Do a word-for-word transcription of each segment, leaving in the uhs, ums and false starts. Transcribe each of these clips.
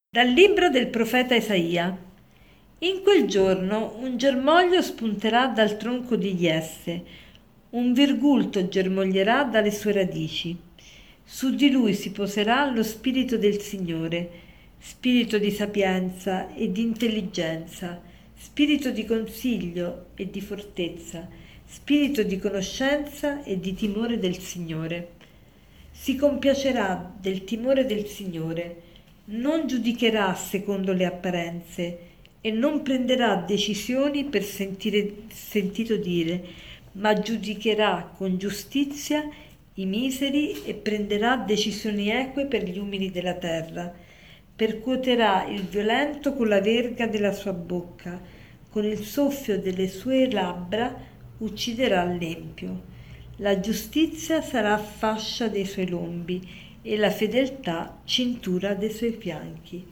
Dal libro del profeta Isaia. In quel giorno un germoglio spunterà dal tronco di Jesse, un virgulto germoglierà dalle sue radici. Su di lui si poserà lo spirito del Signore, spirito di sapienza e di intelligenza, spirito di consiglio e di fortezza, spirito di conoscenza e di timore del Signore. Si compiacerà del timore del Signore, non giudicherà secondo le apparenze e non prenderà decisioni per sentire, sentito dire, ma giudicherà con giustizia i miseri e prenderà decisioni eque per gli umili della terra. Percuoterà il violento con la verga della sua bocca, con il soffio delle sue labbra ucciderà l'empio. La giustizia sarà fascia dei suoi lombi e la fedeltà cintura dei suoi fianchi.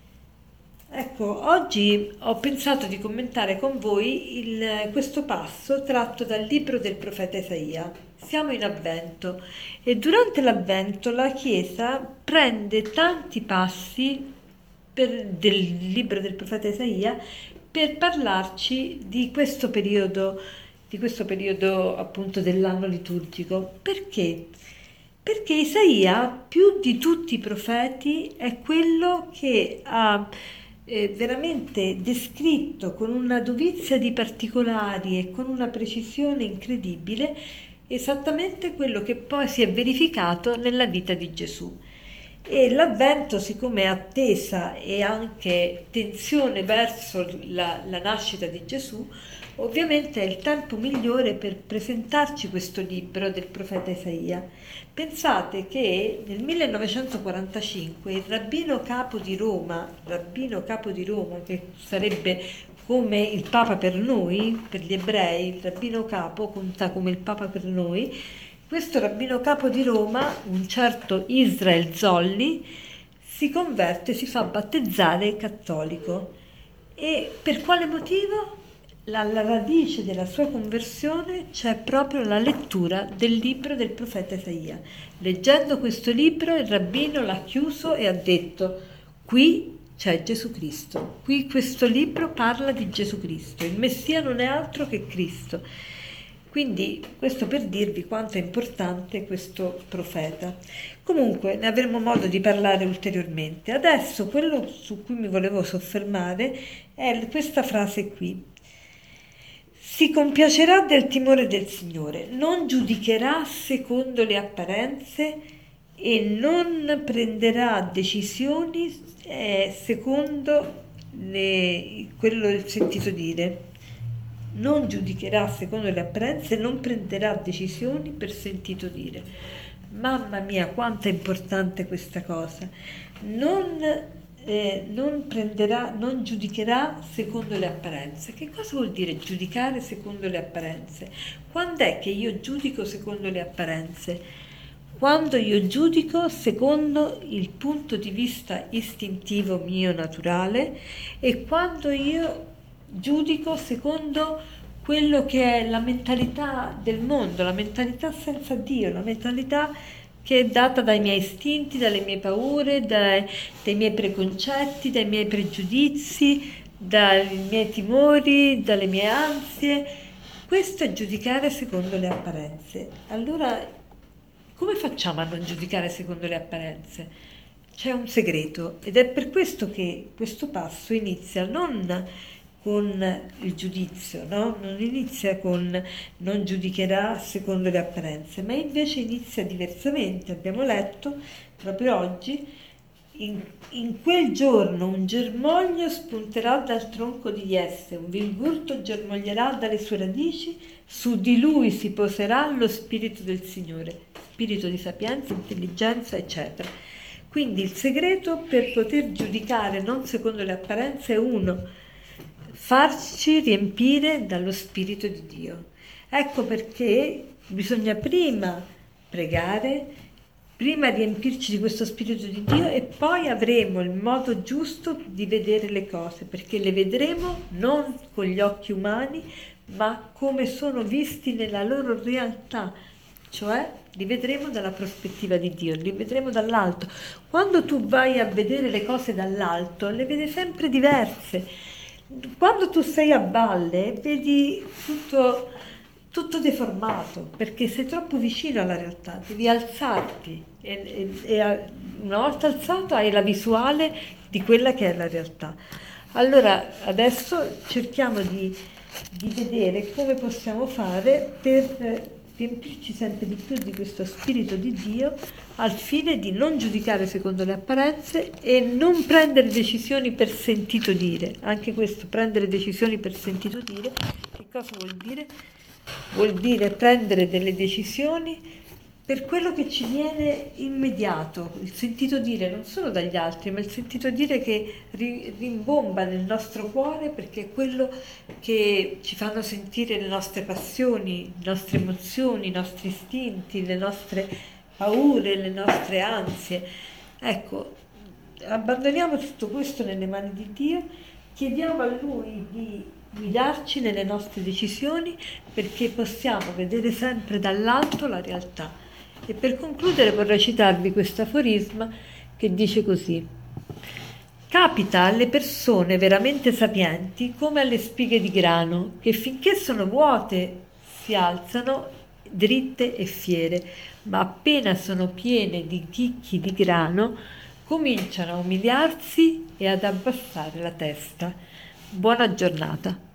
Ecco, oggi ho pensato di commentare con voi il, questo passo tratto dal libro del profeta Isaia. Siamo in Avvento e durante l'Avvento la Chiesa prende tanti passi per, del libro del profeta Isaia per parlarci di questo periodo, di questo periodo appunto dell'anno liturgico. Perché? Perché Isaia, più di tutti i profeti, è quello che ha eh, veramente descritto con una dovizia di particolari e con una precisione incredibile esattamente quello che poi si è verificato nella vita di Gesù. E l'Avvento, siccome è attesa e anche tensione verso la, la nascita di Gesù, ovviamente è il tempo migliore per presentarci questo libro del profeta Isaia. Pensate che nel millenovecentoquarantacinque il rabbino capo di Roma, rabbino capo di Roma, che sarebbe come il Papa per noi, per gli ebrei, il rabbino capo conta come il Papa per noi, questo rabbino capo di Roma, un certo Israel Zolli, si converte, si fa battezzare cattolico. E per quale motivo? Alla radice della sua conversione c'è proprio la lettura del libro del profeta Isaia. Leggendo questo libro il rabbino l'ha chiuso e ha detto: qui c'è Gesù Cristo, qui questo libro parla di Gesù Cristo, il Messia non è altro che Cristo. Quindi questo per dirvi quanto è importante questo profeta. Comunque ne avremo modo di parlare ulteriormente. Adesso quello su cui mi volevo soffermare è questa frase qui. Si compiacerà del timore del Signore, non giudicherà secondo le apparenze e non prenderà decisioni eh, secondo le, quello il sentito dire. Non giudicherà secondo le apparenze e non prenderà decisioni per sentito dire. Mamma mia, quanto è importante questa cosa. Non, eh, non prenderà, non giudicherà secondo le apparenze. Che cosa vuol dire giudicare secondo le apparenze? Quando è che io giudico secondo le apparenze? Quando io giudico secondo il punto di vista istintivo mio naturale e quando io giudico secondo quello che è la mentalità del mondo, la mentalità senza Dio, la mentalità che è data dai miei istinti, dalle mie paure, dai, dai miei preconcetti, dai miei pregiudizi, dai miei timori, dalle mie ansie. Questo è giudicare secondo le apparenze. Allora, come facciamo a non giudicare secondo le apparenze? C'è un segreto ed è per questo che questo passo inizia non con il giudizio, no? Non inizia con non giudicherà secondo le apparenze, ma invece inizia diversamente. Abbiamo letto proprio oggi, in, in quel giorno un germoglio spunterà dal tronco di Jesse, un virgulto germoglierà dalle sue radici, su di lui si poserà lo spirito del Signore, spirito di sapienza, intelligenza, eccetera. Quindi il segreto per poter giudicare non secondo le apparenze è uno: farci riempire dallo Spirito di Dio. Ecco perché bisogna prima pregare, prima riempirci di questo Spirito di Dio e poi avremo il modo giusto di vedere le cose, perché le vedremo non con gli occhi umani, ma come sono visti nella loro realtà, cioè li vedremo dalla prospettiva di Dio, li vedremo dall'alto. Quando tu vai a vedere le cose dall'alto, le vedi sempre diverse. Quando tu sei a valle, vedi tutto, tutto deformato, perché sei troppo vicino alla realtà, devi alzarti e, e, e una volta alzato hai la visuale di quella che è la realtà. Allora adesso cerchiamo di, di vedere come possiamo fare per riempirci sempre di più di questo spirito di Dio, al fine di non giudicare secondo le apparenze e non prendere decisioni per sentito dire. Anche questo, prendere decisioni per sentito dire, che cosa vuol dire? Vuol dire prendere delle decisioni per quello che ci viene immediato, il sentito dire non solo dagli altri, ma il sentito dire che rimbomba nel nostro cuore, perché è quello che ci fanno sentire le nostre passioni, le nostre emozioni, i nostri istinti, le nostre paure, le nostre ansie. Ecco, abbandoniamo tutto questo nelle mani di Dio, chiediamo a Lui di guidarci nelle nostre decisioni, perché possiamo vedere sempre dall'alto la realtà. E per concludere vorrei citarvi questo aforisma che dice così: capita alle persone veramente sapienti come alle spighe di grano, che finché sono vuote si alzano dritte e fiere, ma appena sono piene di chicchi di grano cominciano a umiliarsi e ad abbassare la testa. Buona giornata.